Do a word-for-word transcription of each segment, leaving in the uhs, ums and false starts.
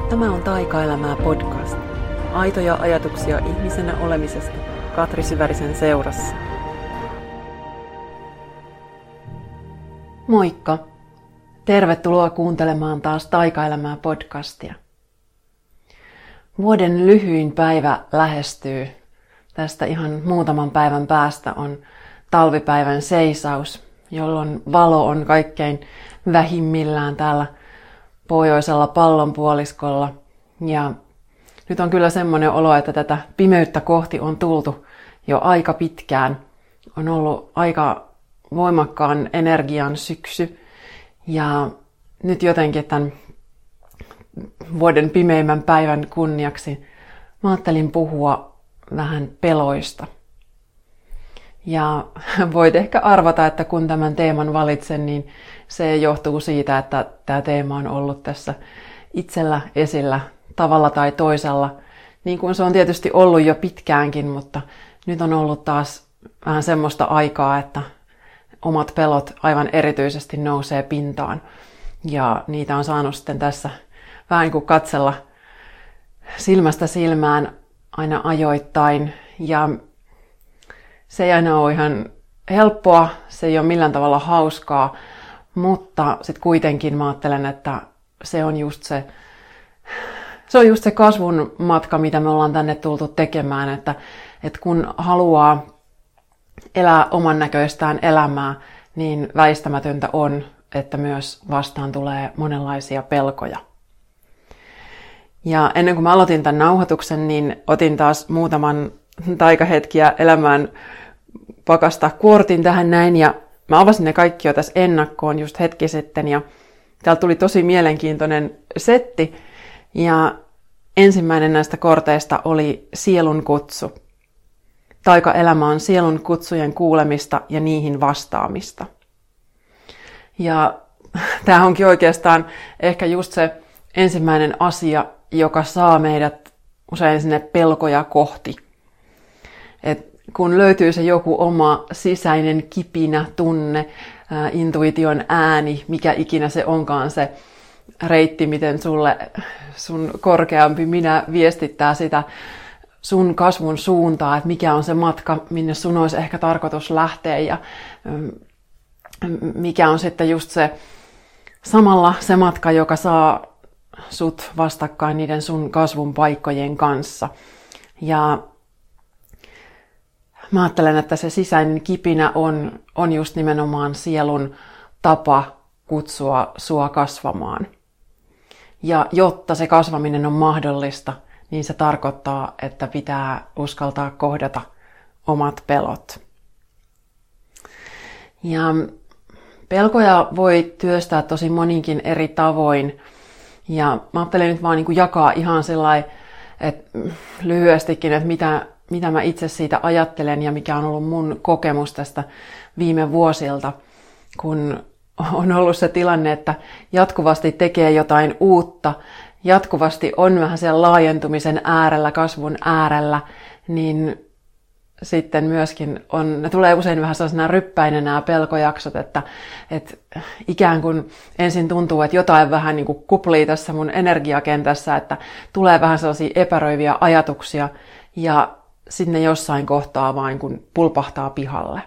Tämä on Taikaelämää podcast. Aitoja ajatuksia ihmisenä olemisesta Katri Syvärisen seurassa. Moikka! Tervetuloa kuuntelemaan taas Taikaelämää podcastia. Vuoden lyhyin päivä lähestyy. Tästä ihan muutaman päivän päästä on talvipäivän seisaus, jolloin valo on kaikkein vähimmillään täällä pohjoisella pallonpuoliskolla. Ja nyt on kyllä semmoinen olo, että tätä pimeyttä kohti on tultu jo aika pitkään. On ollut aika voimakkaan energian syksy. Ja nyt jotenkin tämän vuoden pimeimmän päivän kunniaksi mä ajattelin puhua vähän peloista. Ja voit ehkä arvata, että kun tämän teeman valitsen, niin se johtuu siitä, että tämä teema on ollut tässä itsellä esillä tavalla tai toisella. Niin kuin se on tietysti ollut jo pitkäänkin, mutta nyt on ollut taas vähän semmoista aikaa, että omat pelot aivan erityisesti nousee pintaan. Ja niitä on saanut sitten tässä vähän niin kuin katsella silmästä silmään aina ajoittain. Ja se ei aina ole ihan helppoa, se ei ole millään tavalla hauskaa, mutta sitten kuitenkin mä ajattelen, että se on just se, se on just se kasvun matka, mitä me ollaan tänne tultu tekemään, että, että kun haluaa elää oman näköistään elämää, niin väistämätöntä on, että myös vastaan tulee monenlaisia pelkoja. Ja ennen kuin mä aloitin tämän nauhoituksen, niin otin taas muutaman taikahetkiä elämään pakasta kuortin tähän näin, ja mä avasin ne kaikki jo tässä ennakkoon just hetki sitten, ja täältä tuli tosi mielenkiintoinen setti, ja ensimmäinen näistä korteista oli sielun kutsu. Taikaelämä on sielun kutsujen kuulemista ja niihin vastaamista. Ja tämä onkin oikeastaan ehkä just se ensimmäinen asia, joka saa meidät usein sinne pelkoja kohti. Et kun löytyy se joku oma sisäinen kipinä, tunne, ää, intuition ääni, mikä ikinä se onkaan se reitti, miten sulle sun korkeampi minä viestittää sitä sun kasvun suuntaa, että mikä on se matka, minne sun olisi ehkä tarkoitus lähteä ja mikä on sitten just se samalla se matka, joka saa sut vastakkain niiden sun kasvun paikkojen kanssa. Ja mä ajattelen, että se sisäinen kipinä on, on just nimenomaan sielun tapa kutsua sua kasvamaan. Ja jotta se kasvaminen on mahdollista, niin se tarkoittaa, että pitää uskaltaa kohdata omat pelot. Ja pelkoja voi työstää tosi moninkin eri tavoin. Ja mä ajattelen nyt vaan niin kuin jakaa ihan sellainen, että lyhyestikin, että mitä, mitä mä itse siitä ajattelen ja mikä on ollut mun kokemus tästä viime vuosilta, kun on ollut se tilanne, että jatkuvasti tekee jotain uutta, jatkuvasti on vähän siellä laajentumisen äärellä, kasvun äärellä, niin sitten myöskin on, ne tulee usein vähän sellaisena ryppäinä nämä pelkojaksot, että, että ikään kuin ensin tuntuu, että jotain vähän niin kuin kuplii tässä mun energiakentässä, että tulee vähän sellaisia epäröiviä ajatuksia ja sitten ne jossain kohtaa vain kun pulpahtaa pihalle.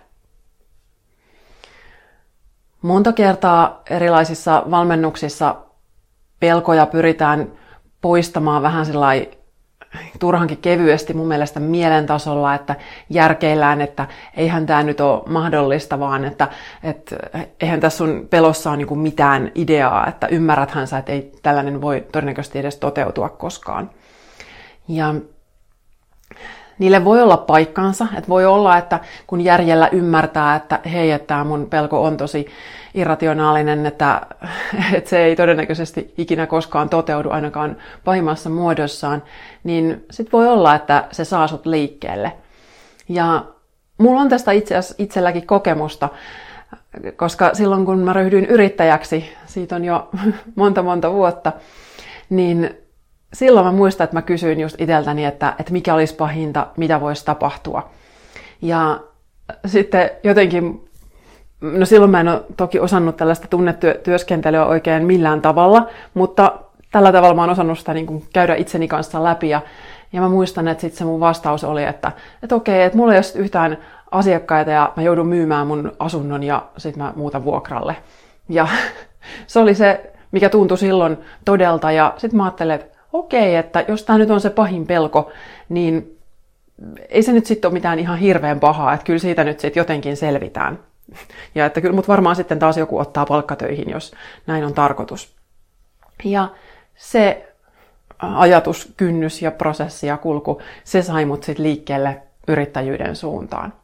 Monta kertaa erilaisissa valmennuksissa pelkoja pyritään poistamaan vähän sellainen turhankin kevyesti mun mielestä mielen tasolla, että järkeillään, että eihän tämä nyt ole mahdollista, vaan että, että eihän tässä sun pelossa ole niinku mitään ideaa, että ymmärräthän sä, että ei tällainen voi todennäköisesti edes toteutua koskaan. Ja niille voi olla paikkansa, että voi olla, että kun järjellä ymmärtää, että hei, että tämä mun pelko on tosi irrationaalinen, että, että se ei todennäköisesti ikinä koskaan toteudu ainakaan pahimmassa muodossaan, niin sit voi olla, että se saa sut liikkeelle. Ja mulla on tästä itse asiassa itselläkin kokemusta, koska silloin kun mä ryhdyin yrittäjäksi, siitä on jo monta monta vuotta, niin silloin mä muistan, että mä kysyin just itseltäni, että, että mikä olisi pahinta, mitä voisi tapahtua. Ja sitten jotenkin, no silloin mä en ole toki osannut tällaista tunnetyöskentelyä oikein millään tavalla, mutta tällä tavalla mä oon osannut sitä niin kuin käydä itseni kanssa läpi. Ja, ja mä muistan, että sitten se mun vastaus oli, että, että okei, että mulla ei ole yhtään asiakkaita ja mä joudun myymään mun asunnon ja sitten mä muutan vuokralle. Ja se oli se, mikä tuntui silloin todelta. Ja sitten mä ajattelin, että okei, että jos tämä nyt on se pahin pelko, niin ei se nyt sitten ole mitään ihan hirveän pahaa, että kyllä siitä nyt sitten jotenkin selvitään. Ja että kyllä mut varmaan sitten taas joku ottaa palkkatöihin, jos näin on tarkoitus. Ja se ajatus, kynnys ja prosessi ja kulku, se sai mut sitten liikkeelle yrittäjyyden suuntaan.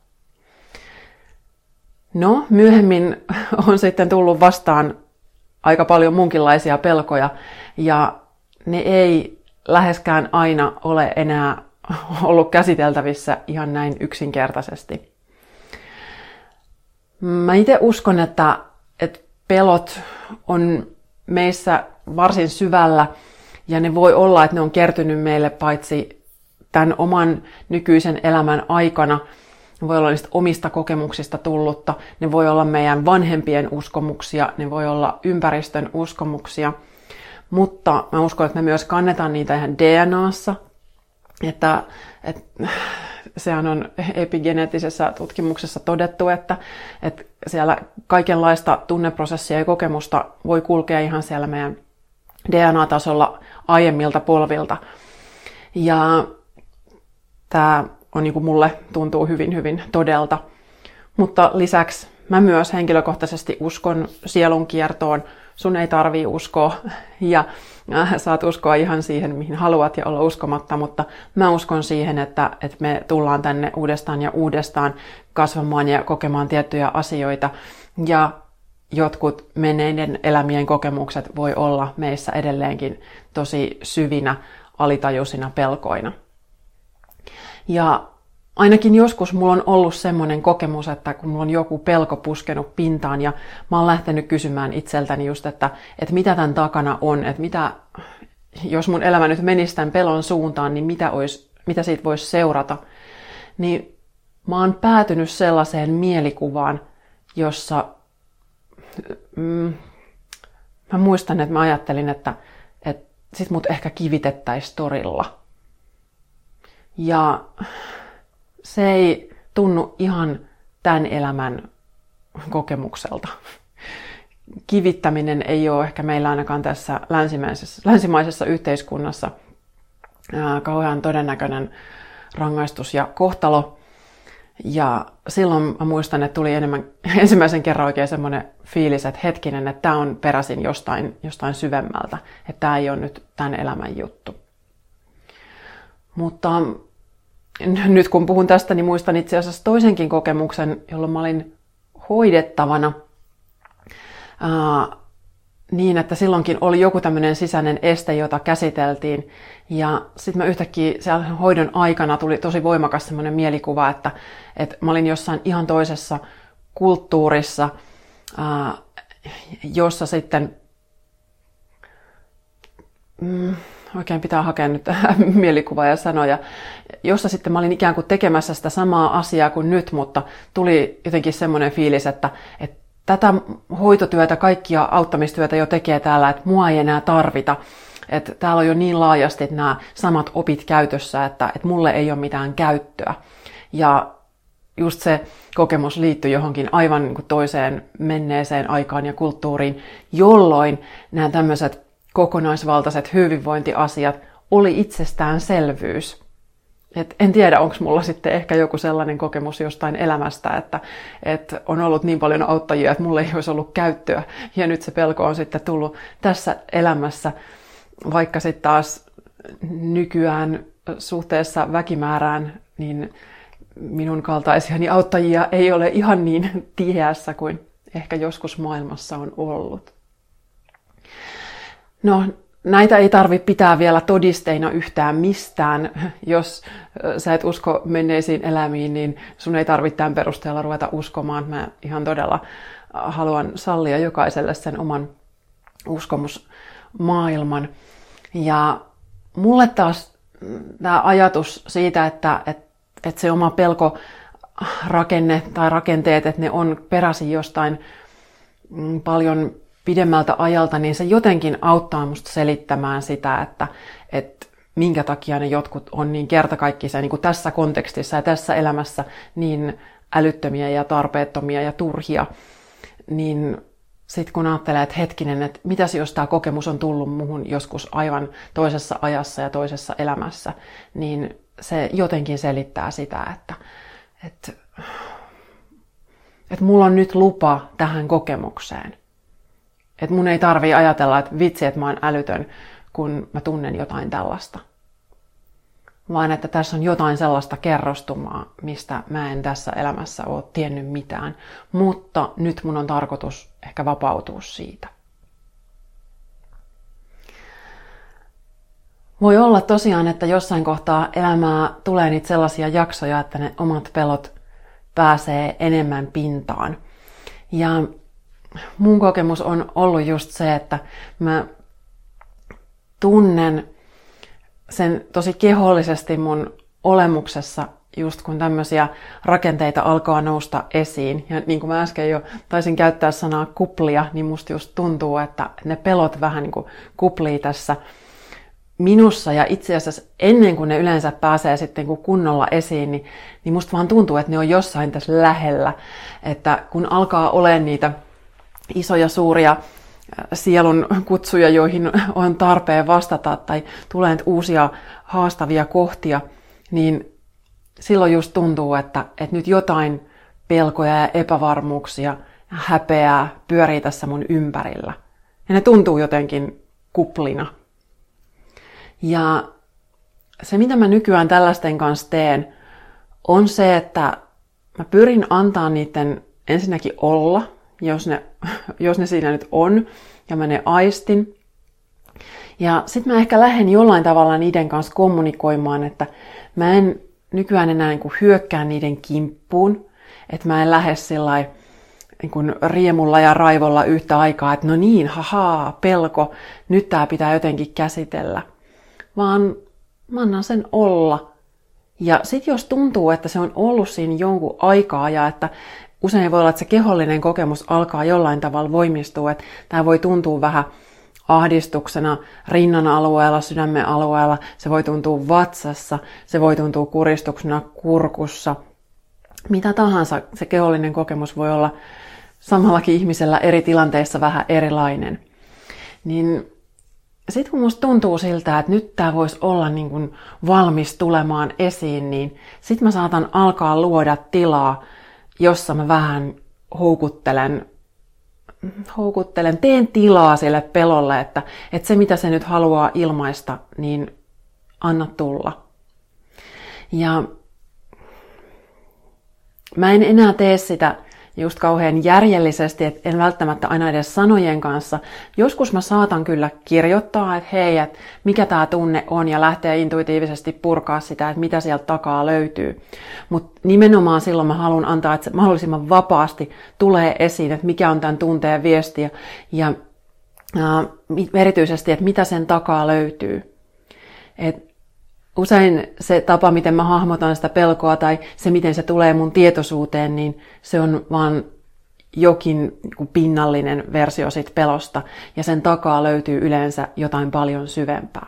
No, myöhemmin on sitten tullut vastaan aika paljon munkinlaisia pelkoja, ja ne ei läheskään aina ole enää ollut käsiteltävissä ihan näin yksinkertaisesti. Mä itse uskon, että, että pelot on meissä varsin syvällä, ja ne voi olla, että ne on kertynyt meille paitsi tämän oman nykyisen elämän aikana. Ne voi olla niistä omista kokemuksista tullutta, ne voi olla meidän vanhempien uskomuksia, ne voi olla ympäristön uskomuksia. Mutta mä uskon, että me myös kannetaan niitä ihan D N A:ssa. Että, että sehän on epigeneettisessä tutkimuksessa todettu, että, että siellä kaikenlaista tunneprosessia ja kokemusta voi kulkea ihan siellä meidän D N A-tasolla aiemmilta polvilta. Ja tämä on niin kuin mulle tuntuu hyvin, hyvin todelta. Mutta lisäksi mä myös henkilökohtaisesti uskon sielunkiertoon. Sun ei tarvii uskoa ja saat uskoa ihan siihen, mihin haluat ja olla uskomatta, mutta mä uskon siihen, että, että me tullaan tänne uudestaan ja uudestaan kasvamaan ja kokemaan tiettyjä asioita. Ja jotkut menneiden elämien kokemukset voi olla meissä edelleenkin tosi syvinä, alitajuisina pelkoina. Ja ainakin joskus mulla on ollut semmoinen kokemus, että kun mulla on joku pelko puskenut pintaan ja mä oon lähtenyt kysymään itseltäni just, että, että mitä tämän takana on, että mitä, jos mun elämä nyt menisi tämän pelon suuntaan, niin mitä, olisi, mitä siitä voisi seurata. Niin mä oon päätynyt sellaiseen mielikuvaan, jossa mm, mä muistan, että mä ajattelin, että, että sit mut ehkä kivitettäisiin torilla. Ja se ei tunnu ihan tämän elämän kokemukselta. Kivittäminen ei ole ehkä meillä ainakaan tässä länsimaisessa, länsimaisessa yhteiskunnassa ää, kauhean todennäköinen rangaistus ja kohtalo. Ja silloin mä muistan, että tuli enemmän, ensimmäisen kerran oikein semmoinen fiilis, että hetkinen, että tämä on peräisin jostain, jostain syvemmältä. Että tämä ei ole nyt tämän elämän juttu. Mutta nyt kun puhun tästä, niin muistan itse asiassa toisenkin kokemuksen, jolloin mä olin hoidettavana ää, niin, että silloinkin oli joku tämmöinen sisäinen este, jota käsiteltiin. Ja sitten mä yhtäkkiä siellä hoidon aikana tuli tosi voimakas semmoinen mielikuva, että, että mä olin jossain ihan toisessa kulttuurissa, ää, jossa sitten Mm, oikein pitää hakea nyt mielikuvaa ja sanoja, jossa sitten mä olin ikään kuin tekemässä sitä samaa asiaa kuin nyt, mutta tuli jotenkin semmoinen fiilis, että, että tätä hoitotyötä, kaikkia auttamistyötä jo tekee täällä, että mua ei enää tarvita. Että täällä on jo niin laajasti nämä samat opit käytössä, että, että mulle ei ole mitään käyttöä. Ja just se kokemus liittyy johonkin aivan niin kuin toiseen menneeseen aikaan ja kulttuuriin, jolloin nämä tämmöiset kokonaisvaltaiset hyvinvointiasiat oli itsestäänselvyys. Et en tiedä, onko mulla sitten ehkä joku sellainen kokemus jostain elämästä, että, että on ollut niin paljon auttajia, että mulla ei olisi ollut käyttöä. Ja nyt se pelko on sitten tullut tässä elämässä, vaikka sitten taas nykyään suhteessa väkimäärään, niin minun kaltaisiani auttajia ei ole ihan niin tiheässä kuin ehkä joskus maailmassa on ollut. No, näitä ei tarvitse pitää vielä todisteina yhtään mistään. Jos sä et usko menneisiin elämiin, niin sun ei tarvitse tämän perusteella ruveta uskomaan. Mä ihan todella haluan sallia jokaiselle sen oman uskomusmaailman. Ja mulle taas tämä ajatus siitä, että, että, että se oma pelkorakenne tai rakenteet, että ne on peräisin jostain paljon pidemmältä ajalta, niin se jotenkin auttaa musta selittämään sitä, että, että minkä takia ne jotkut on niin kertakaikkisia niin kuin tässä kontekstissa ja tässä elämässä niin älyttömiä ja tarpeettomia ja turhia. Niin sitten kun ajattelee, että hetkinen, että mitäs jos tämä kokemus on tullut muhun joskus aivan toisessa ajassa ja toisessa elämässä, niin se jotenkin selittää sitä, että, että, että mulla on nyt lupa tähän kokemukseen. Että mun ei tarvii ajatella, että vitsi, että mä oon älytön, kun mä tunnen jotain tällaista. Vaan että tässä on jotain sellaista kerrostumaa, mistä mä en tässä elämässä ole tiennyt mitään. Mutta nyt mun on tarkoitus ehkä vapautua siitä. Voi olla tosiaan, että jossain kohtaa elämää tulee niitä sellaisia jaksoja, että ne omat pelot pääsee enemmän pintaan. Ja mun kokemus on ollut just se, että mä tunnen sen tosi kehollisesti mun olemuksessa, just kun tämmöisiä rakenteita alkaa nousta esiin. Ja niin kuin mä äsken jo taisin käyttää sanaa kuplia, niin musta just tuntuu, että ne pelot vähän niin kuin kuplii tässä minussa. Ja itse asiassa ennen kuin ne yleensä pääsee sitten kunnolla esiin, niin, niin musta vaan tuntuu, että ne on jossain tässä lähellä. Että kun alkaa olemaan niitä isoja, suuria sielun kutsuja, joihin on tarpeen vastata, tai tulee uusia haastavia kohtia, niin silloin just tuntuu, että, että nyt jotain pelkoja ja epävarmuuksia ja häpeää pyörii tässä mun ympärillä. Ja ne tuntuu jotenkin kuplina. Ja se, mitä mä nykyään tällaisten kanssa teen, on se, että mä pyrin antaa niiden ensinnäkin olla, jos ne, jos ne siinä nyt on, ja mä ne aistin. Ja sitten mä ehkä lähden jollain tavalla niiden kanssa kommunikoimaan, että mä en nykyään enää niin kuin hyökkää niiden kimppuun, että mä en lähde sillai niin kuin riemulla ja raivolla yhtä aikaa, että no niin, hahaa, pelko, nyt tää pitää jotenkin käsitellä. Vaan mä annan sen olla. Ja sitten jos tuntuu, että se on ollut siinä jonkun aikaa ja että usein voi olla, että se kehollinen kokemus alkaa jollain tavalla voimistua, että tämä voi tuntua vähän ahdistuksena rinnan alueella, sydämen alueella, se voi tuntua vatsassa, se voi tuntua kuristuksena kurkussa. Mitä tahansa se kehollinen kokemus voi olla samallakin ihmisellä eri tilanteissa vähän erilainen. Niin sitten kun musta tuntuu siltä, että nyt tämä voisi olla niin kuin valmis tulemaan esiin, niin sitten mä saatan alkaa luoda tilaa, jossa mä vähän houkuttelen, houkuttelen, teen tilaa sille pelolle, että, että se mitä se nyt haluaa ilmaista, niin anna tulla. Ja mä en enää tee sitä just kauhean järjellisesti, että en välttämättä aina edes sanojen kanssa. Joskus mä saatan kyllä kirjoittaa, että hei, että mikä tää tunne on ja lähteä intuitiivisesti purkaa sitä, että mitä sieltä takaa löytyy. Mutta nimenomaan silloin mä haluan antaa, että se mahdollisimman vapaasti tulee esiin, että mikä on tämän tunteen viesti ja ää, erityisesti, että mitä sen takaa löytyy. Et usein se tapa, miten mä hahmotan sitä pelkoa tai se, miten se tulee mun tietoisuuteen, niin se on vaan jokin pinnallinen versio siitä pelosta. Ja sen takaa löytyy yleensä jotain paljon syvempää.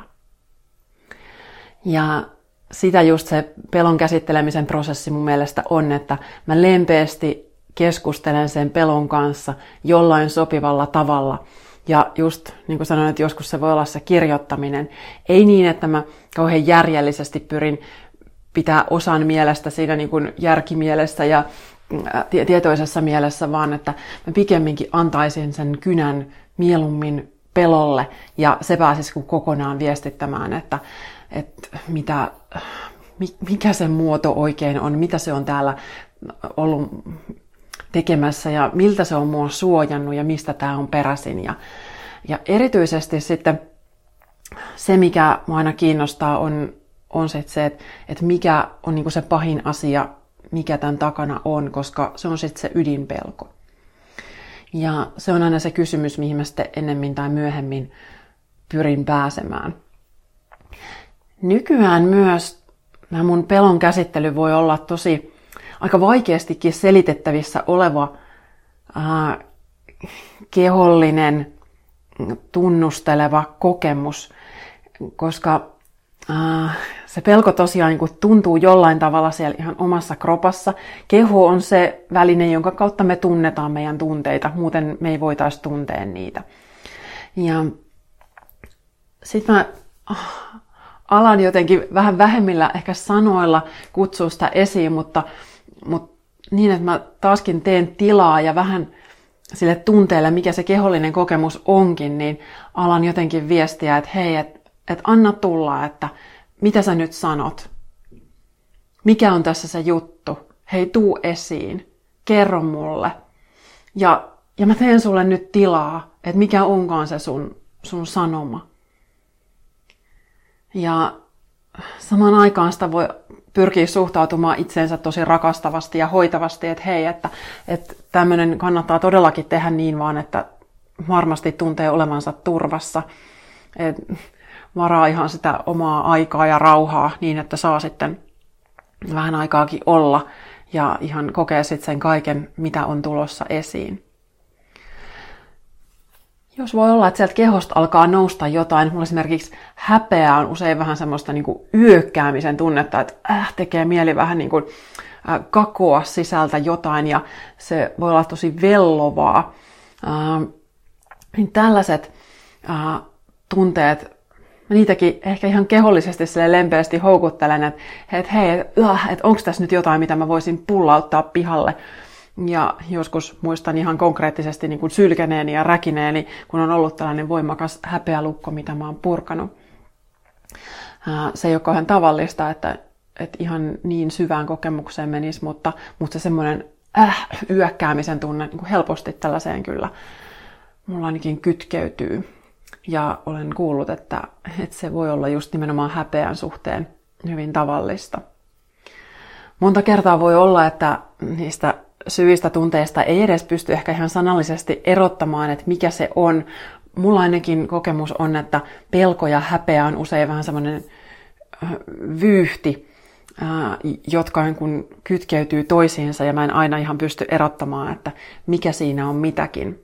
Ja sitä just se pelon käsittelemisen prosessi mun mielestä on, että mä lempeästi keskustelen sen pelon kanssa jollain sopivalla tavalla. Ja just niin kuin sanoin, että joskus se voi olla se kirjoittaminen. Ei niin, että mä kauhean järjellisesti pyrin pitää osan mielestä siinä niin kuin järkimielessä ja tietoisessa mielessä, vaan että mä pikemminkin antaisin sen kynän mieluummin pelolle ja se pääsisi kokonaan viestittämään, että, että mitä, mikä se muoto oikein on, mitä se on täällä ollut tekemässä ja miltä se on mua suojannut ja mistä tämä on peräisin. Ja, ja erityisesti sitten se, mikä mua aina kiinnostaa, on, on se, että, että mikä on niin kuin se pahin asia, mikä tämän takana on, koska se on sitten se ydinpelko. Ja se on aina se kysymys, mihin mä sitten ennemmin tai myöhemmin pyrin pääsemään. Nykyään myös mun pelon käsittely voi olla tosi aika vaikeastikin selitettävissä oleva ää, kehollinen tunnusteleva kokemus, koska äh, se pelko tosiaan niin kuin tuntuu jollain tavalla siellä ihan omassa kropassa. Keho on se väline, jonka kautta me tunnetaan meidän tunteita, muuten me ei voitaisi tuntea niitä. Ja sitten mä alan jotenkin vähän vähemmillä ehkä sanoilla kutsua sitä esiin, mutta, mutta niin, että mä taaskin teen tilaa ja vähän sille tunteelle, mikä se kehollinen kokemus onkin, niin alan jotenkin viestiä, että hei, että et anna tulla, että mitä sä nyt sanot? Mikä on tässä se juttu? Hei, tuu esiin. Kerro mulle. Ja, ja mä teen sulle nyt tilaa, että mikä onkaan se sun, sun sanoma. Ja samaan aikaan sitä voi pyrkiä suhtautumaan itseensä tosi rakastavasti ja hoitavasti, että hei, että, että tämmöinen kannattaa todellakin tehdä niin vaan, että varmasti tuntee olevansa turvassa. Et varaa ihan sitä omaa aikaa ja rauhaa niin, että saa sitten vähän aikaakin olla ja ihan kokee sitten sen kaiken, mitä on tulossa esiin. Jos voi olla, että sieltä kehosta alkaa nousta jotain, mulla esimerkiksi häpeä on usein vähän semmoista niin kuin yökkäämisen tunnetta, että äh, tekee mieli vähän niin kuin äh, kakoa sisältä jotain ja se voi olla tosi vellovaa. Äh, niin tällaiset äh, tunteet, mä niitäkin ehkä ihan kehollisesti lempeästi houkuttelen, että et, hei, että et, onko tässä nyt jotain, mitä mä voisin pullauttaa pihalle. Ja joskus muistan ihan konkreettisesti niin kuin sylkeneeni ja räkineeni, kun on ollut tällainen voimakas häpeälukko, mitä mä oon purkanut. Se ei ole kauhean tavallista, että, että ihan niin syvään kokemukseen menisi, mutta, mutta se semmoinen äh, yökkäämisen tunne niin kuin helposti tällaiseen kyllä mulla ainakin kytkeytyy. Ja olen kuullut, että, että se voi olla just nimenomaan häpeän suhteen hyvin tavallista. Monta kertaa voi olla, että niistä syvistä tunteista ei edes pysty ehkä ihan sanallisesti erottamaan, että mikä se on. Mulla ainakin kokemus on, että pelko ja häpeä on usein vähän semmoinen vyyhti, jotka niin kuin kytkeytyy toisiinsa ja mä en aina ihan pysty erottamaan, että mikä siinä on mitäkin.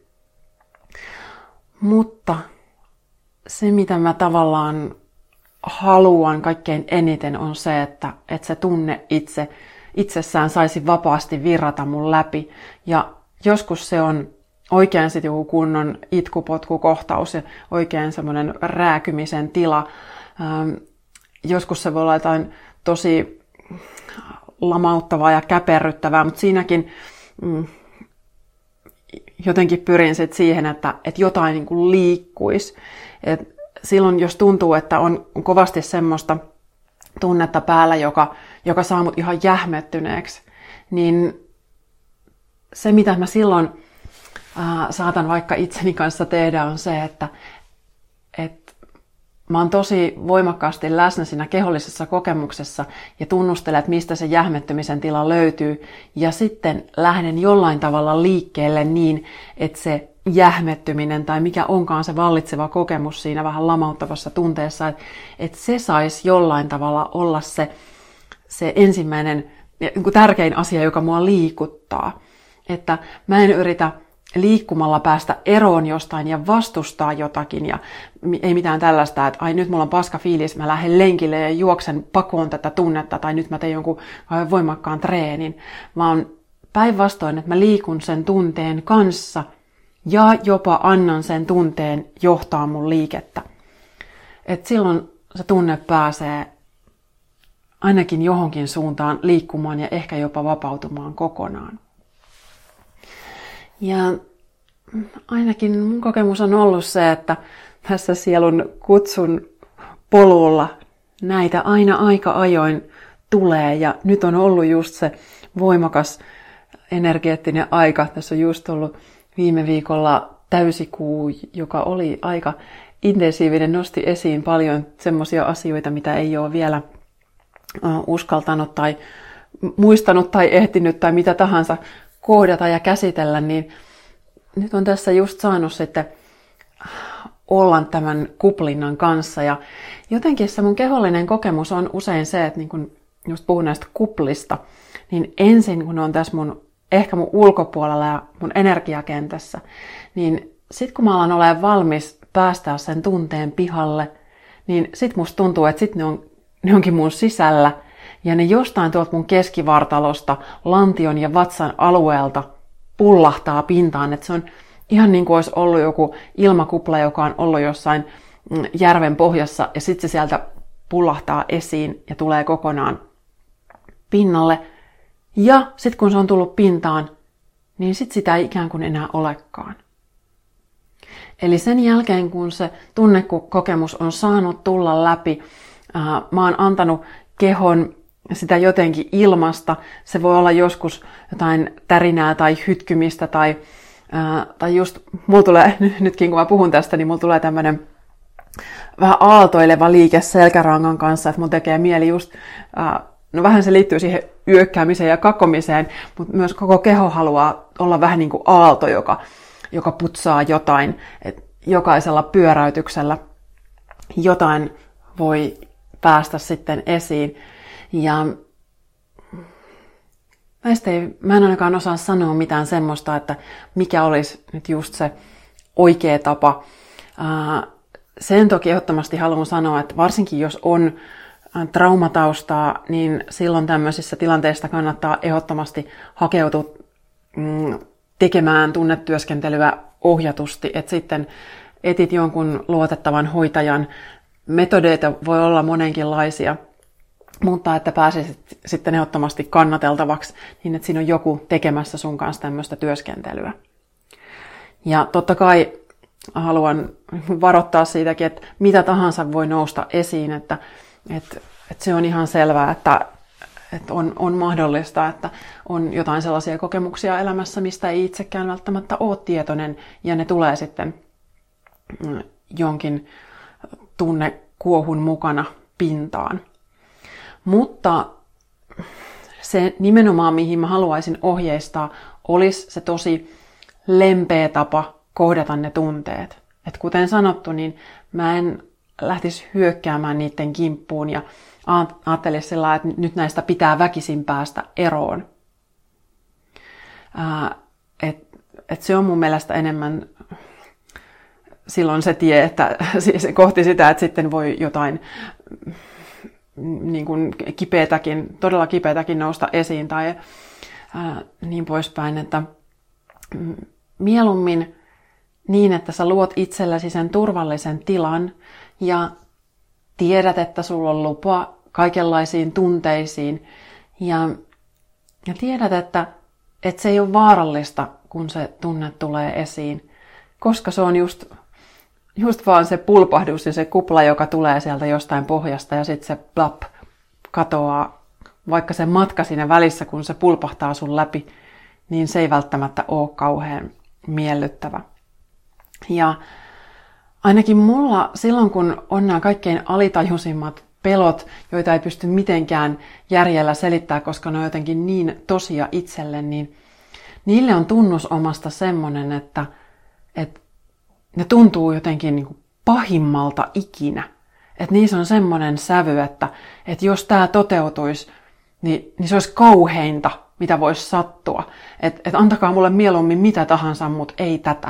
Mutta se, mitä mä tavallaan haluan kaikkein eniten on se, että, että se tunne itse itsessään saisi vapaasti virrata mun läpi. Ja joskus se on oikein sitten joku kunnon itkupotkukohtaus ja oikein semmoinen rääkymisen tila. Ähm, joskus se voi olla jotain tosi lamauttavaa ja käperryttävää, mutta siinäkin mm, jotenkin pyrin sit siihen, että, että jotain niin kuin liikkuisi. Et silloin jos tuntuu, että on kovasti semmoista tunnetta päällä, joka, joka saa mut ihan jähmettyneeksi, niin se, mitä mä silloin ää, saatan vaikka itseni kanssa tehdä, on se, että et mä oon tosi voimakkaasti läsnä siinä kehollisessa kokemuksessa ja tunnustelen, että mistä se jähmettymisen tila löytyy. Ja sitten lähden jollain tavalla liikkeelle niin, että se jähmettyminen tai mikä onkaan se vallitseva kokemus siinä vähän lamauttavassa tunteessa, että, että se saisi jollain tavalla olla se, se ensimmäinen niin kuin tärkein asia, joka mua liikuttaa. Että mä en yritä liikkumalla päästä eroon jostain ja vastustaa jotakin ja ei mitään tällaista, että ai nyt mulla on paska fiilis, mä lähden lenkille ja juoksen pakoon tätä tunnetta tai nyt mä teen jonkun voimakkaan treenin, vaan päinvastoin, että mä liikun sen tunteen kanssa ja jopa annan sen tunteen johtaa mun liikettä. Et silloin se tunne pääsee ainakin johonkin suuntaan liikkumaan ja ehkä jopa vapautumaan kokonaan. Ja ainakin mun kokemus on ollut se, että tässä sielun kutsun polulla näitä aina aika ajoin tulee. Ja nyt on ollut just se voimakas energeettinen aika. Tässä on just ollut viime viikolla täysikuu, joka oli aika intensiivinen, nosti esiin paljon semmoisia asioita, mitä ei ole vielä uskaltanut tai muistanut tai ehtinyt tai mitä tahansa kohdata ja käsitellä, niin nyt on tässä just saanut sitten olla tämän kuplinnan kanssa. Ja jotenkin se mun kehollinen kokemus on usein se, että niin kun just puhun näistä kuplista, niin ensin kun on tässä mun, ehkä mun ulkopuolella ja mun energiakentässä, niin sit kun mä alan olemaan valmis päästää sen tunteen pihalle, niin sit musta tuntuu, että sit ne, on, ne onkin mun sisällä. Ja ne jostain tuolta mun keskivartalosta, lantion ja vatsan alueelta pullahtaa pintaan. Että se on ihan niin kuin olisi ollut joku ilmakupla, joka on ollut jossain järven pohjassa. Ja sitten se sieltä pullahtaa esiin ja tulee kokonaan pinnalle. Ja sitten kun se on tullut pintaan, niin sitten sitä ei ikään kuin enää olekaan. Eli sen jälkeen, kun se tunnekokemus on saanut tulla läpi, ää, mä oon antanut kehon sitä jotenkin ilmasta. Se voi olla joskus jotain tärinää tai hytkymistä tai, ää, tai just, mulla tulee, nytkin kun mä puhun tästä, niin mulla tulee tämmönen vähän aaltoileva liike selkärangan kanssa, että mun tekee mieli just, ää, no vähän se liittyy siihen yökkäämiseen ja kakomiseen, mutta myös koko keho haluaa olla vähän niin kuin aalto, joka, joka putsaa jotain, että jokaisella pyöräytyksellä jotain voi päästä sitten esiin. Ja näistä ei, mä en ainakaan osaa sanoa mitään semmoista, että mikä olisi nyt just se oikea tapa. Sen toki ehdottomasti haluan sanoa, että varsinkin jos on traumataustaa, niin silloin tämmöisissä tilanteissa kannattaa ehdottomasti hakeutua tekemään tunnetyöskentelyä ohjatusti, että sitten etit jonkun luotettavan hoitajan. Metodeita voi olla monenkinlaisia, mutta että pääsisit sitten ehdottomasti kannateltavaksi, niin että siinä on joku tekemässä sun kanssa tämmöistä työskentelyä. Ja totta kai haluan varoittaa siitäkin, että mitä tahansa voi nousta esiin, että, että, että se on ihan selvää, että, että on, on mahdollista, että on jotain sellaisia kokemuksia elämässä, mistä ei itsekään välttämättä ole tietoinen, ja ne tulee sitten jonkin tunnekuohun mukana pintaan. Mutta se nimenomaan, mihin mä haluaisin ohjeistaa, olisi se tosi lempeä tapa kohdata ne tunteet. Et kuten sanottu, niin mä en lähtisi hyökkäämään niiden kimppuun ja ajattelisi sillä, että nyt näistä pitää väkisin päästä eroon. Ää, et, et se on mun mielestä enemmän silloin se tie, että kohti sitä, että sitten voi jotain niin kuin kipeätäkin, todella kipeätäkin nousta esiin tai ää, niin poispäin, että mieluummin niin, että sä luot itsellesi sen turvallisen tilan ja tiedät, että sulla on lupa kaikenlaisiin tunteisiin ja, ja tiedät, että, että se ei ole vaarallista, kun se tunne tulee esiin, koska se on just Just vaan se pulpahdus ja se kupla, joka tulee sieltä jostain pohjasta ja sitten se plap katoaa. Vaikka se matka siinä välissä, kun se pulpahtaa sun läpi, niin se ei välttämättä ole kauhean miellyttävä. Ja ainakin mulla silloin, kun on nämä kaikkein alitajuisimmat pelot, joita ei pysty mitenkään järjellä selittämään, koska ne on jotenkin niin tosia itselle, niin niille on tunnusomasta semmoinen, että, että ne tuntuu jotenkin niin kuin pahimmalta ikinä. Että niissä on semmoinen sävy, että, että jos tämä toteutuisi, niin, niin se olisi kauheinta, mitä voisi sattua. Että et antakaa mulle mieluummin mitä tahansa, mutta ei tätä.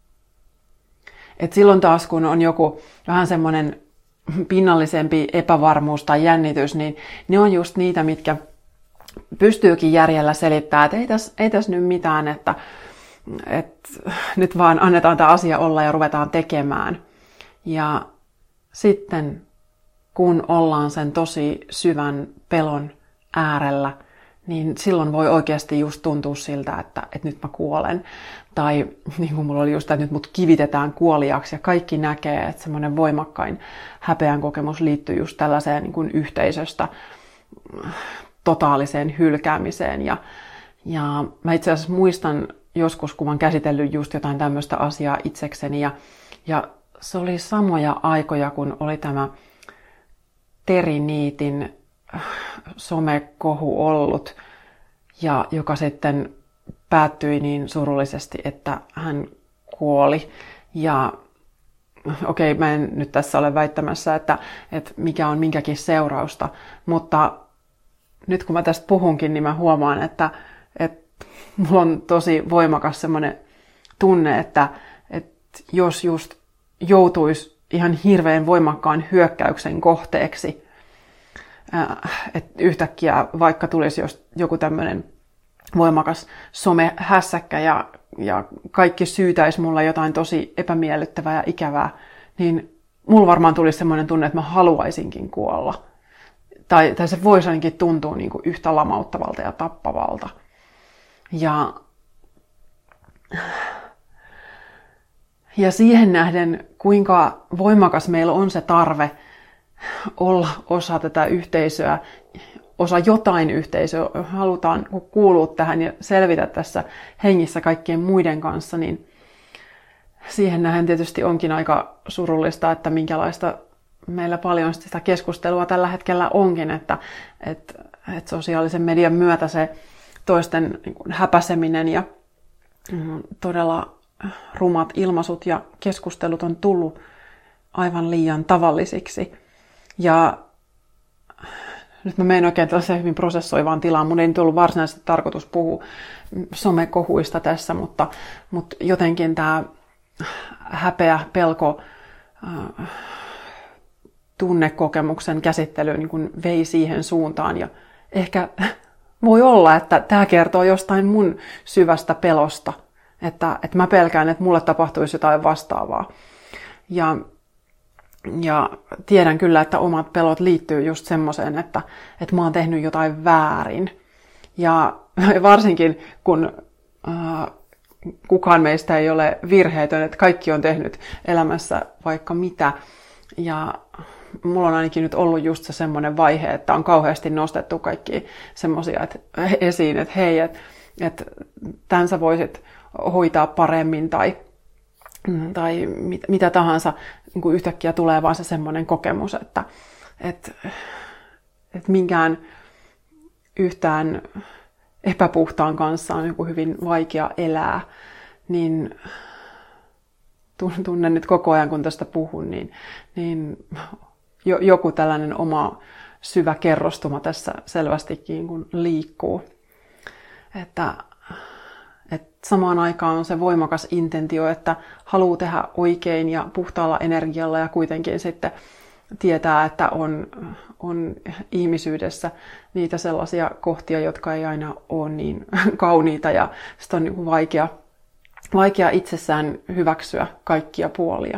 Et silloin taas, kun on joku vähän semmoinen pinnallisempi epävarmuus tai jännitys, niin ne on just niitä, mitkä pystyykin järjellä selittämään, että ei tässä ei täs nyt mitään, että että nyt vaan annetaan tämä asia olla ja ruvetaan tekemään. Ja sitten kun ollaan sen tosi syvän pelon äärellä, niin silloin voi oikeasti just tuntua siltä, että, että nyt mä kuolen. Tai niin kuin mulla oli just, että nyt mut kivitetään kuoliaksi ja kaikki näkee, että semmoinen voimakkain häpeän kokemus liittyy just tällaiseen niin kuin yhteisöstä totaaliseen hylkäämiseen. Ja, ja mä itse asiassa muistan joskus, kun mä oon käsitellyt just jotain tämmöistä asiaa itsekseni. Ja, ja se oli samoja aikoja, kun oli tämä Terri Niitin somekohu ollut, ja joka sitten päättyi niin surullisesti, että hän kuoli. Ja okei, okay, mä en nyt tässä ole väittämässä, että, että mikä on minkäkin seurausta, mutta nyt kun mä tästä puhunkin, niin mä huomaan, että, että mulla on tosi voimakas semmoinen tunne, että, että jos just joutuisi ihan hirveän voimakkaan hyökkäyksen kohteeksi, että yhtäkkiä vaikka tulisi jos joku tämmöinen voimakas somehässäkkä ja, ja kaikki syytäisi mulla jotain tosi epämiellyttävää ja ikävää, niin mulla varmaan tulisi semmoinen tunne, että mä haluaisinkin kuolla. Tai, tai se voisi ainakin tuntua niin kuin yhtä lamauttavalta ja tappavalta. Ja, ja siihen nähden, kuinka voimakas meillä on se tarve olla osa tätä yhteisöä, osa jotain yhteisöä, halutaan kuulua tähän ja selvitä tässä hengissä kaikkien muiden kanssa, niin siihen nähden tietysti onkin aika surullista, että minkälaista meillä paljon sitä keskustelua tällä hetkellä onkin, että, että, että sosiaalisen median myötä se toisten häpäseminen ja todella rumat ilmaisut ja keskustelut on tullut aivan liian tavallisiksi. Ja nyt mä menen oikein tällaiseen hyvin prosessoivaan tilaan. Mun ei nyt ollut varsinaisesti tarkoitus puhua somekohuista tässä, mutta, mutta jotenkin tämä häpeä, pelko, äh, tunnekokemuksen käsittely niin kuin vei siihen suuntaan. Ja ehkä voi olla, että tämä kertoo jostain mun syvästä pelosta, että, että mä pelkään, että mulle tapahtuisi jotain vastaavaa. Ja, ja tiedän kyllä, että omat pelot liittyy just semmoiseen, että, että mä oon tehnyt jotain väärin. Ja varsinkin kun äh, kukaan meistä ei ole virheetön, että kaikki on tehnyt elämässä vaikka mitä. Ja mulla on ainakin nyt ollut just se semmoinen vaihe, että on kauheasti nostettu kaikki semmoisia esiin, että hei, että, että tämän sä voisit hoitaa paremmin tai, tai mit, mitä tahansa. Niin kuin yhtäkkiä tulee vaan se semmoinen kokemus, että, että, että minkään yhtään epäpuhtaan kanssa on joku hyvin vaikea elää, niin tunnen nyt koko ajan, kun tästä puhun, niin, niin joku tällainen oma syvä kerrostuma tässä selvästikin kun liikkuu. Että, että samaan aikaan on se voimakas intentio, että haluaa tehdä oikein ja puhtaalla energialla ja kuitenkin sitten tietää, että on, on ihmisyydessä niitä sellaisia kohtia, jotka ei aina ole niin kauniita ja sitä on niin kuin vaikea, vaikea itsessään hyväksyä kaikkia puolia.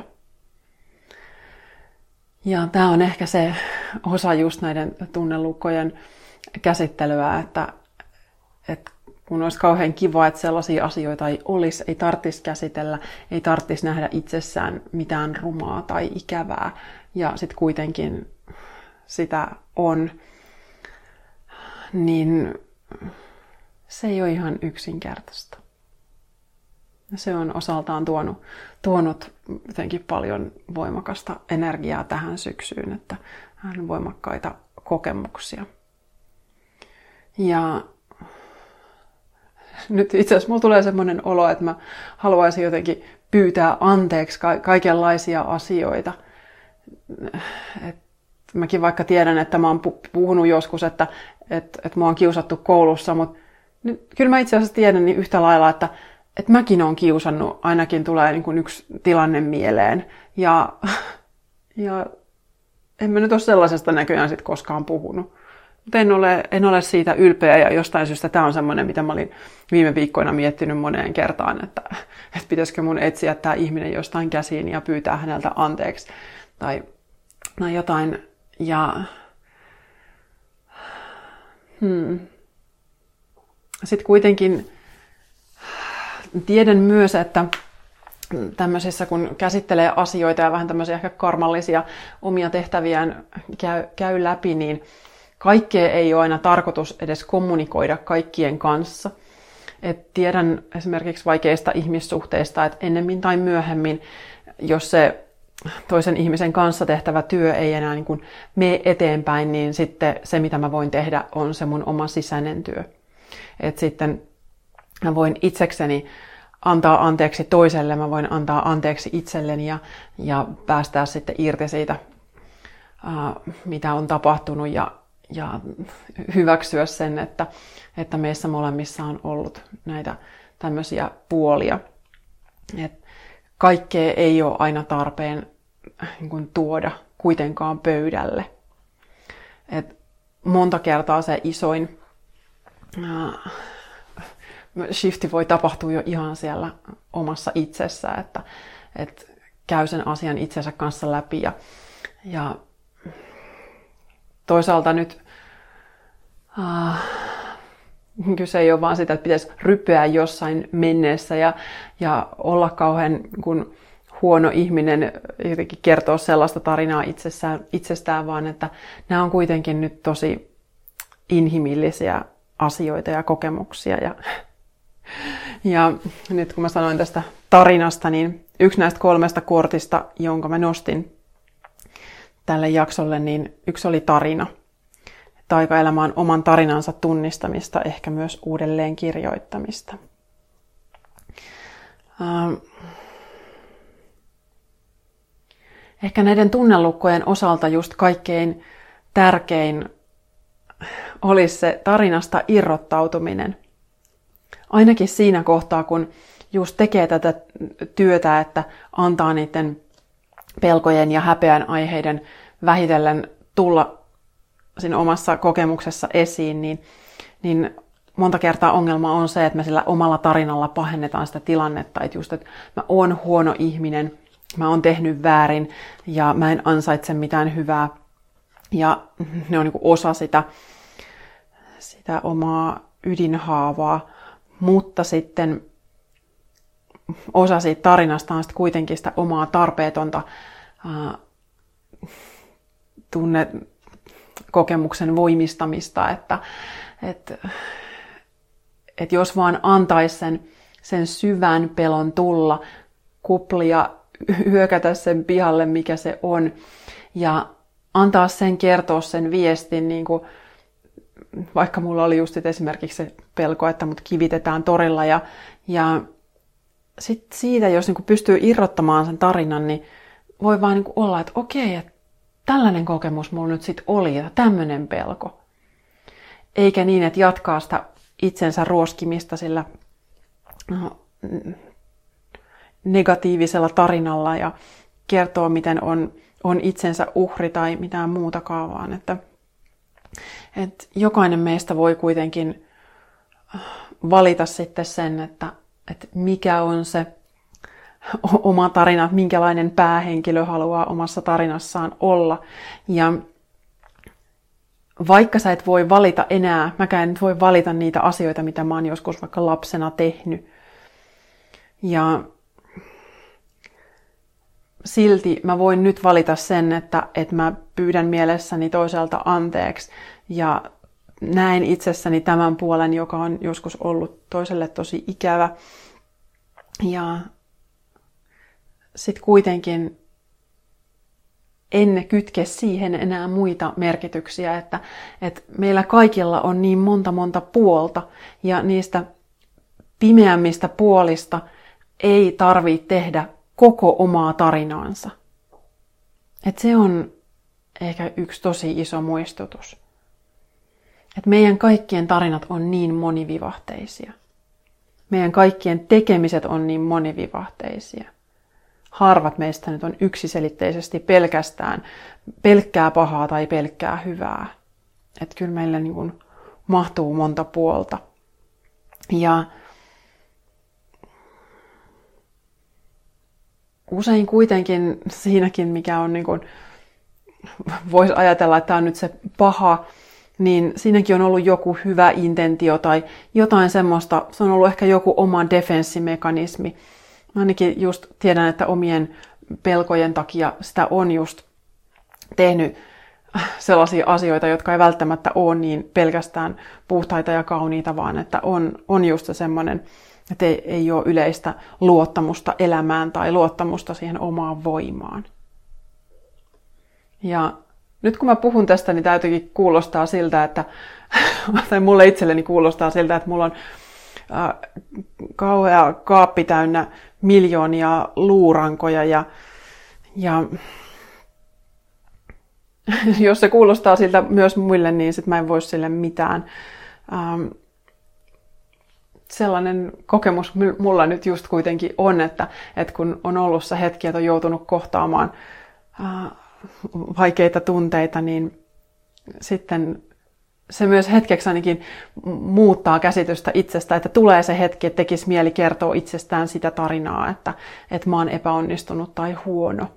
Ja tämä on ehkä se osa just näiden tunnelukkojen käsittelyä, että, että kun olisi kauhean kiva, että sellaisia asioita ei olisi, ei tarvitsisi käsitellä, ei tarvitsisi nähdä itsessään mitään rumaa tai ikävää. Ja sitten kuitenkin sitä on, niin se ei ole ihan yksinkertaista. Se on osaltaan tuonut, tuonut jotenkin paljon voimakasta energiaa tähän syksyyn, että on voimakkaita kokemuksia. Ja nyt itse asiassa mulla tulee semmoinen olo, että mä haluaisin jotenkin pyytää anteeksi ka- kaikenlaisia asioita. Et mäkin vaikka tiedän, että mä oon puhunut joskus, että et, et mua on kiusattu koulussa, mutta nyt, kyllä mä itse asiassa tiedän niin yhtä lailla, että et mäkin oon kiusannut, ainakin tulee niin kuin yksi tilanne mieleen. Ja, ja en mä nyt ole sellaisesta näköjään sit koskaan puhunut. Mutta en ole, en ole siitä ylpeä ja jostain syystä tämä on semmoinen, mitä mä olin viime viikkoina miettinyt moneen kertaan, että, että pitäisikö mun etsiä tämä ihminen jostain käsiin ja pyytää häneltä anteeksi tai, tai jotain. Ja hmm. sitten kuitenkin tiedän myös, että tämmöisissä, kun käsittelee asioita ja vähän tämmöisiä ehkä karmallisia omia tehtäviään käy, käy läpi, niin kaikkea ei ole aina tarkoitus edes kommunikoida kaikkien kanssa. Et tiedän esimerkiksi vaikeista ihmissuhteista, että ennemmin tai myöhemmin, jos se toisen ihmisen kanssa tehtävä työ ei enää niin kuin mene eteenpäin, niin sitten se, mitä mä voin tehdä, on se mun oma sisäinen työ. Et sitten mä voin itsekseni antaa anteeksi toiselle, mä voin antaa anteeksi itselleni ja, ja päästää sitten irti siitä, uh, mitä on tapahtunut ja, ja hyväksyä sen, että, että meissä molemmissa on ollut näitä tämmöisiä puolia. Et kaikkea ei ole aina tarpeen niin kuin tuoda kuitenkaan pöydälle. Et monta kertaa se isoin äh, shifti voi tapahtua jo ihan siellä omassa itsessä, että, että käy sen asian itsensä kanssa läpi. Ja, ja toisaalta nyt äh, kyse ei ole vaan sitä, että pitäisi rypeä jossain menneessä ja, ja olla kauhean kun huono ihminen jotenkin kertoa sellaista tarinaa itsessään, itsestään, vaan että nämä on kuitenkin nyt tosi inhimillisiä asioita ja kokemuksia. Ja, ja nyt kun mä sanoin tästä tarinasta, niin yksi näistä kolmesta kortista, jonka mä nostin tälle jaksolle, niin yksi oli tarina. Taikaelämä on oman tarinansa tunnistamista, ehkä myös uudelleen kirjoittamista. Ähm. Ehkä näiden tunnelukkojen osalta just kaikkein tärkein olisi se tarinasta irrottautuminen. Ainakin siinä kohtaa, kun just tekee tätä työtä, että antaa niiden pelkojen ja häpeän aiheiden vähitellen tulla siinä omassa kokemuksessa esiin, niin, niin monta kertaa ongelma on se, että me sillä omalla tarinalla pahennetaan sitä tilannetta, että just, että mä oon huono ihminen, mä oon tehnyt väärin ja mä en ansaitse mitään hyvää. Ja ne on niin kuin osa sitä, sitä omaa ydinhaavaa, mutta sitten osa siitä tarinasta on sitten kuitenkin sitä omaa tarpeetonta ää, tunnekokemuksen voimistamista, että et, et jos vaan antaisi sen, sen syvän pelon tulla, kuplia, hyökätä sen pihalle, mikä se on, ja antaa sen kertoa sen viestin, niin kuin, vaikka mulla oli just esimerkiksi se pelko, että mut kivitetään torilla, ja, ja sitten siitä, jos niin kuin pystyy irrottamaan sen tarinan, niin voi vaan niin kuin olla, että okei, että tällainen kokemus mulla nyt sitten oli, ja tämmöinen pelko. Eikä niin, että jatkaa sitä itsensä ruoskimista sillä no, negatiivisella tarinalla ja kertoo, miten on, on itsensä uhri tai mitään muutakaan, vaan että, että jokainen meistä voi kuitenkin valita sitten sen, että, että mikä on se oma tarina, minkälainen päähenkilö haluaa omassa tarinassaan olla. Ja vaikka sä et voi valita enää, mäkään en voi valita niitä asioita, mitä mä oon joskus vaikka lapsena tehnyt. Ja silti mä voin nyt valita sen, että, että mä pyydän mielessäni toiselta anteeksi ja näen itsessäni tämän puolen, joka on joskus ollut toiselle tosi ikävä. Ja sitten kuitenkin en kytke siihen enää muita merkityksiä, että, että meillä kaikilla on niin monta monta puolta ja niistä pimeämmistä puolista ei tarvitse tehdä koko omaa tarinaansa. Et se on ehkä yksi tosi iso muistutus. Et meidän kaikkien tarinat on niin monivivahteisia. Meidän kaikkien tekemiset on niin monivivahteisia. Harvat meistä nyt on yksiselitteisesti pelkästään pelkkää pahaa tai pelkkää hyvää. Että kyllä meillä niin kuin mahtuu monta puolta. Ja usein kuitenkin siinäkin, mikä on niin kuin, voisi ajatella, että tämä on nyt se paha, niin siinäkin on ollut joku hyvä intentio tai jotain semmoista, se on ollut ehkä joku oma defenssimekanismi. Mä ainakin just tiedän, että omien pelkojen takia sitä on just tehnyt sellaisia asioita, jotka ei välttämättä ole niin pelkästään puhtaita ja kauniita, vaan että on, on just se semmoinen, että ei, ei ole yleistä luottamusta elämään tai luottamusta siihen omaan voimaan. Ja nyt kun mä puhun tästä, niin tämä jotenkin kuulostaa siltä, että, tai mulle itselleni kuulostaa siltä, että mulla on äh, kauhea kaappi täynnä miljoonia luurankoja ja, ja jos se kuulostaa siltä myös muille, niin sit mä en voi sille mitään. Ähm, sellainen kokemus mulla nyt just kuitenkin on, että, että kun on ollut se hetki, että on joutunut kohtaamaan ää, vaikeita tunteita, niin sitten se myös hetkeksi ainakin muuttaa käsitystä itsestä, että tulee se hetki, että tekisi mieli kertoa itsestään sitä tarinaa, että, että mä oon epäonnistunut tai huono.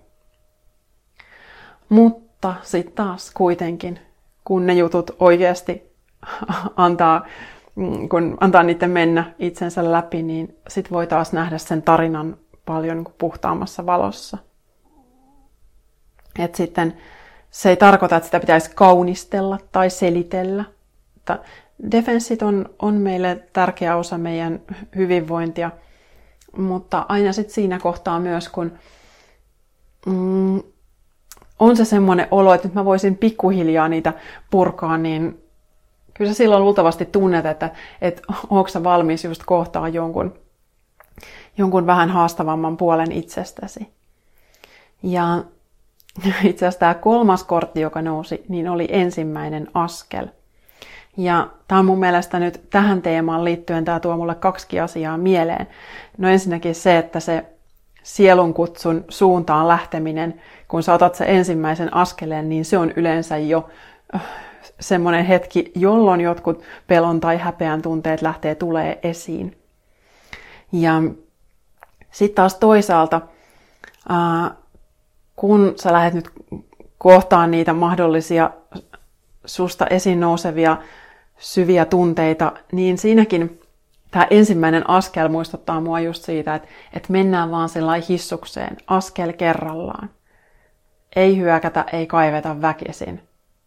Mutta sitten taas kuitenkin, kun ne jutut oikeasti antaa, kun antaa niiden mennä itsensä läpi, niin sit voi taas nähdä sen tarinan paljon puhtaammassa valossa. Et sitten se ei tarkoita, että sitä pitäisi kaunistella tai selitellä. Defenssit on, on meille tärkeä osa meidän hyvinvointia, mutta aina sitten siinä kohtaa myös, kun mm, on se semmoinen olo, että nyt mä voisin pikkuhiljaa niitä purkaa, niin kyllä sä silloin luultavasti tunnet, että, että onko sä valmis just kohtaa jonkun, jonkun vähän haastavamman puolen itsestäsi. Ja itse asiassa tämä kolmas kortti, joka nousi, niin oli ensimmäinen askel. Ja tämä on mun mielestä nyt tähän teemaan liittyen, tämä tuo mulle kaksi asiaa mieleen. No ensinnäkin se, että se sielunkutsun suuntaan lähteminen, kun sä otat sen ensimmäisen askeleen, niin se on yleensä jo semmoinen hetki, jolloin jotkut pelon tai häpeän tunteet lähtee tulee esiin. Ja sitten taas toisaalta, ää, kun sä lähdet nyt kohtaan niitä mahdollisia susta esiin nousevia syviä tunteita, niin siinäkin tämä ensimmäinen askel muistuttaa mua just siitä, että, että mennään vaan sellainen hissukseen, askel kerrallaan. Ei hyökätä, ei kaiveta väkisin.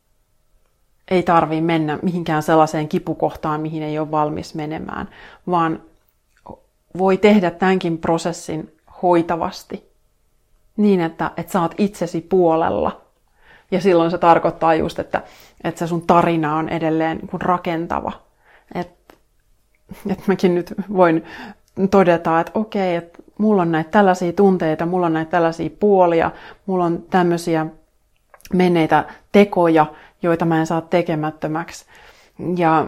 Ei tarvii mennä mihinkään sellaiseen kipukohtaan, mihin ei ole valmis menemään, vaan voi tehdä tämänkin prosessin hoitavasti. Niin, että, että sä oot itsesi puolella. Ja silloin se tarkoittaa just, että, että se sun tarina on edelleen rakentava. Että et mäkin nyt voin todeta, että okei, että mulla on näitä tällaisia tunteita, mulla on näitä tällaisia puolia, mulla on tämmöisiä menneitä tekoja, joita mä en saa tekemättömäksi. Ja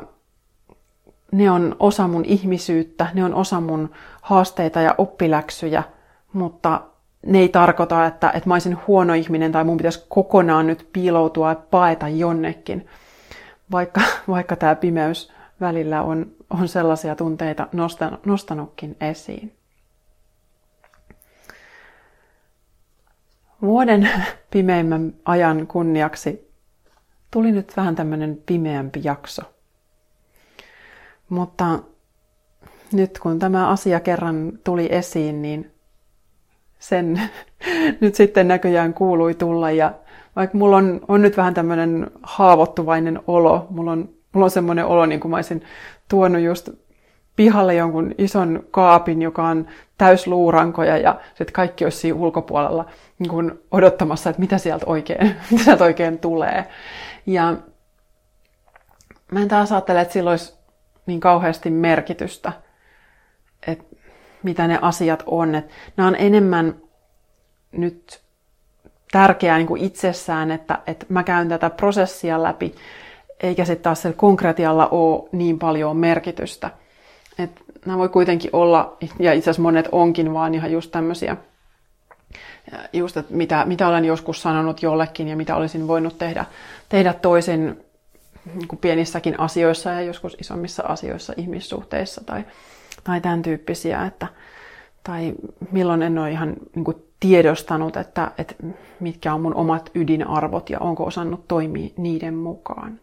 ne on osa mun ihmisyyttä, ne on osa mun haasteita ja oppiläksyjä, mutta ne ei tarkoita, että, että mä olisin huono ihminen tai mun pitäisi kokonaan nyt piiloutua ja paeta jonnekin, vaikka, vaikka tämä pimeys välillä on, on sellaisia tunteita nostanut, nostanutkin esiin. Vuoden pimeimmän ajan kunniaksi tuli nyt vähän tämmöinen pimeämpi jakso. Mutta nyt kun tämä asia kerran tuli esiin, niin sen nyt sitten näköjään kuului tulla. Ja vaikka mulla on, on nyt vähän tämmöinen haavoittuvainen olo, mulla on, mulla on semmoinen olo, niin kuin mä olisin tuonut just pihalle jonkun ison kaapin, joka on täys luurankoja ja sitten kaikki olisi siinä ulkopuolella niin kuin odottamassa, että mitä sieltä oikein, mitä sieltä oikein tulee. Ja mä en taas ajattele, että sillä olisi niin kauheasti merkitystä, että mitä ne asiat on. Että nämä on enemmän nyt tärkeää niin kuin itsessään, että, että mä käyn tätä prosessia läpi, eikä sitten taas sillä konkretialla ole niin paljon merkitystä. Että nämä voi kuitenkin olla, ja itse asiassa monet onkin vaan ihan just tämmöisiä, just, että mitä, mitä olen joskus sanonut jollekin ja mitä olisin voinut tehdä, tehdä toisin niin kuin pienissäkin asioissa ja joskus isommissa asioissa, ihmissuhteissa tai, tai tämän tyyppisiä, että, tai milloin en ole ihan niin kuin tiedostanut, että, että mitkä on mun omat ydinarvot ja onko osannut toimia niiden mukaan.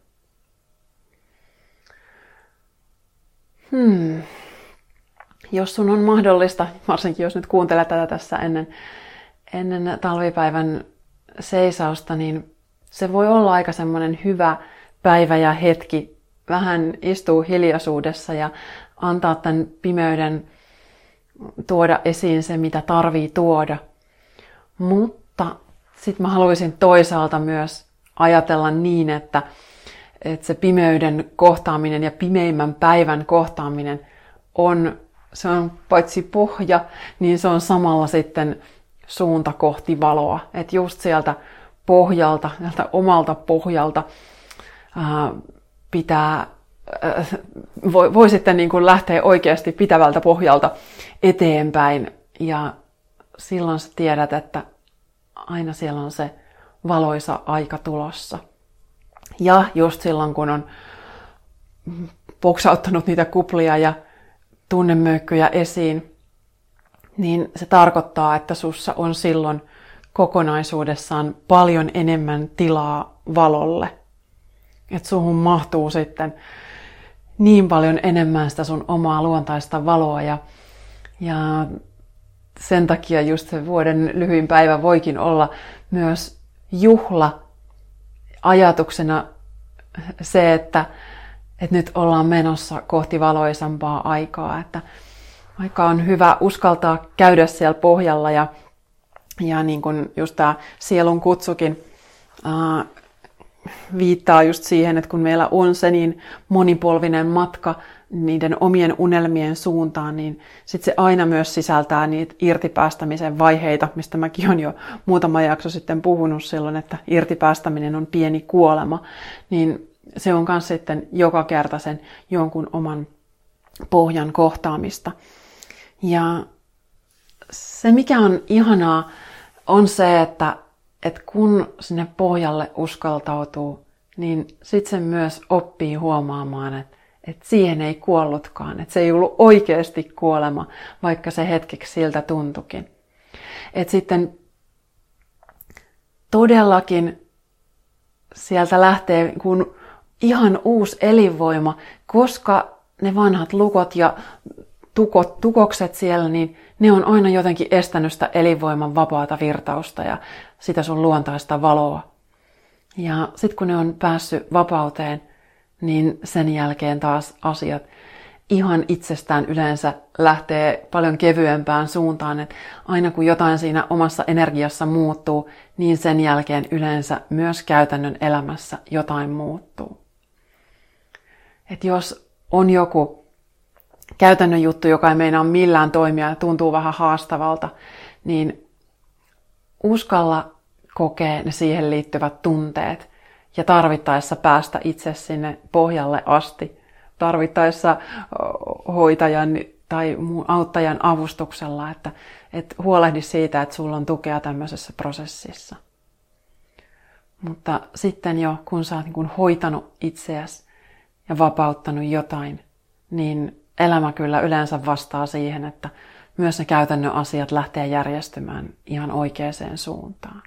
Hmm. Jos sun on mahdollista, varsinkin jos nyt kuuntelet tätä tässä ennen, ennen talvipäivän seisausta, niin se voi olla aika semmoinen hyvä päivä ja hetki vähän istua hiljaisuudessa ja antaa tämän pimeyden tuoda esiin se, mitä tarvii tuoda. Mutta sitten mä haluaisin toisaalta myös ajatella niin, että, että se pimeyden kohtaaminen ja pimeimmän päivän kohtaaminen on, se on paitsi pohja, niin se on samalla sitten suunta kohti valoa. Että just sieltä pohjalta, sieltä omalta pohjalta ää, pitää voi, voi sitten niin kuin lähteä oikeasti pitävältä pohjalta eteenpäin. Ja silloin sä tiedät, että aina siellä on se valoisa aika tulossa. Ja just silloin, kun on poksauttanut niitä kuplia ja tunnemöykkyjä esiin, niin se tarkoittaa, että sussa on silloin kokonaisuudessaan paljon enemmän tilaa valolle. Että suhun mahtuu sitten niin paljon enemmän sitä sun omaa luontaista valoa. Ja, ja sen takia just se vuoden lyhyin päivä voikin olla myös juhla ajatuksena se, että, että nyt ollaan menossa kohti valoisampaa aikaa. Että aika on hyvä uskaltaa käydä siellä pohjalla ja, ja niin kuin just tämä sielun kutsukin ää, viittaa just siihen, että kun meillä on se niin monipolvinen matka niiden omien unelmien suuntaan, niin sitten se aina myös sisältää niitä irtipäästämisen vaiheita, mistä mäkin olen jo muutama jakso sitten puhunut silloin, että irtipäästäminen on pieni kuolema, niin se on myös sitten joka kerta sen jonkun oman pohjan kohtaamista. Ja se, mikä on ihanaa, on se, että, että kun sinne pohjalle uskaltautuu, niin sitten se myös oppii huomaamaan, että, että siihen ei kuollutkaan, että se ei ollut oikeasti kuolema, vaikka se hetkeksi siltä tuntukin. Että sitten todellakin sieltä lähtee kun ihan uusi elinvoima, koska ne vanhat lukot ja tukot, tukokset siellä, niin ne on aina jotenkin estänyt sitä elinvoiman vapaata virtausta ja sitä sun luontaista valoa. Ja sitten kun ne on päässyt vapauteen, niin sen jälkeen taas asiat ihan itsestään yleensä lähtee paljon kevyempään suuntaan. Että aina kun jotain siinä omassa energiassa muuttuu, niin sen jälkeen yleensä myös käytännön elämässä jotain muuttuu. Et jos on joku käytännön juttu, joka ei meinaa millään toimia ja tuntuu vähän haastavalta, niin uskalla kokea ne siihen liittyvät tunteet ja tarvittaessa päästä itse sinne pohjalle asti. Tarvittaessa hoitajan tai muun auttajan avustuksella, että, että huolehdi siitä, että sulla on tukea tämmöisessä prosessissa. Mutta sitten jo, kun sä oot niin kuin hoitanut itseäsi ja vapauttanut jotain, niin elämä kyllä yleensä vastaa siihen, että myös ne käytännön asiat lähtee järjestymään ihan oikeaan suuntaan.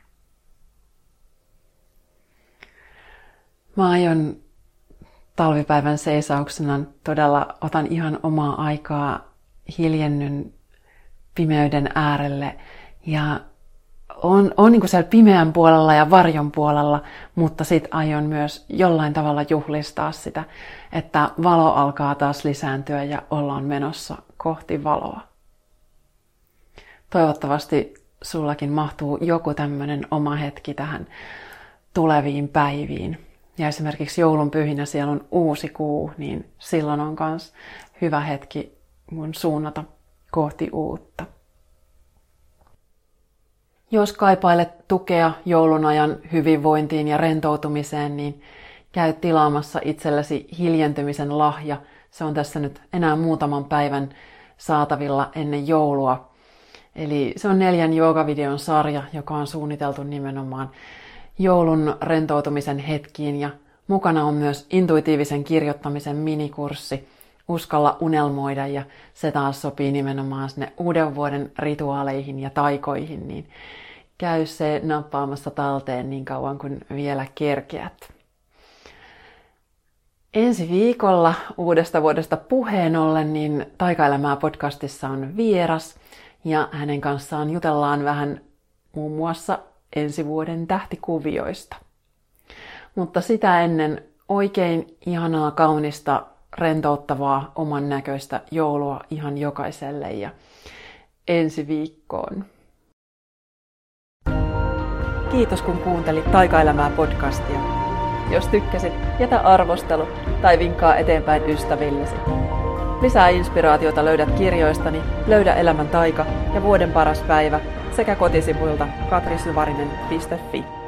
Mä aion talvipäivän seisauksena todella otan ihan omaa aikaa, hiljennyn pimeyden äärelle ja on, on niin kuin siellä pimeän puolella ja varjon puolella, mutta sit aion myös jollain tavalla juhlistaa sitä, että valo alkaa taas lisääntyä ja ollaan menossa kohti valoa. Toivottavasti sullakin mahtuu joku tämmöinen oma hetki tähän tuleviin päiviin. Ja esimerkiksi joulunpyhinä siellä on uusi kuu, niin silloin on myös hyvä hetki mun suunnata kohti uutta. Jos kaipailet tukea joulun ajan hyvinvointiin ja rentoutumiseen, niin käy tilaamassa itsellesi hiljentymisen lahja. Se on tässä nyt enää muutaman päivän saatavilla ennen joulua. Eli se on neljän joogavideon sarja, joka on suunniteltu nimenomaan joulun rentoutumisen hetkiin ja mukana on myös intuitiivisen kirjoittamisen minikurssi Uskalla unelmoida ja se taas sopii nimenomaan sinne uuden vuoden rituaaleihin ja taikoihin, niin käy se nappaamassa talteen niin kauan kuin vielä kerkeät. Ensi viikolla uudesta vuodesta puheen ollen, niin Taikaelämää podcastissa on vieras ja hänen kanssaan jutellaan vähän muun muassa ensi vuoden tähtikuvioista. Mutta sitä ennen oikein ihanaa, kaunista, rentouttavaa, oman näköistä joulua ihan jokaiselle ja ensi viikkoon. Kiitos kun kuuntelit Taikaelämää podcastia. Jos tykkäsit, jätä arvostelu tai vinkkaa eteenpäin ystävillesi. Lisää inspiraatiota löydät kirjoistani Löydä elämän taika ja Vuoden paras päivä sekä kotisivuilta katrisyvarinen piste fi.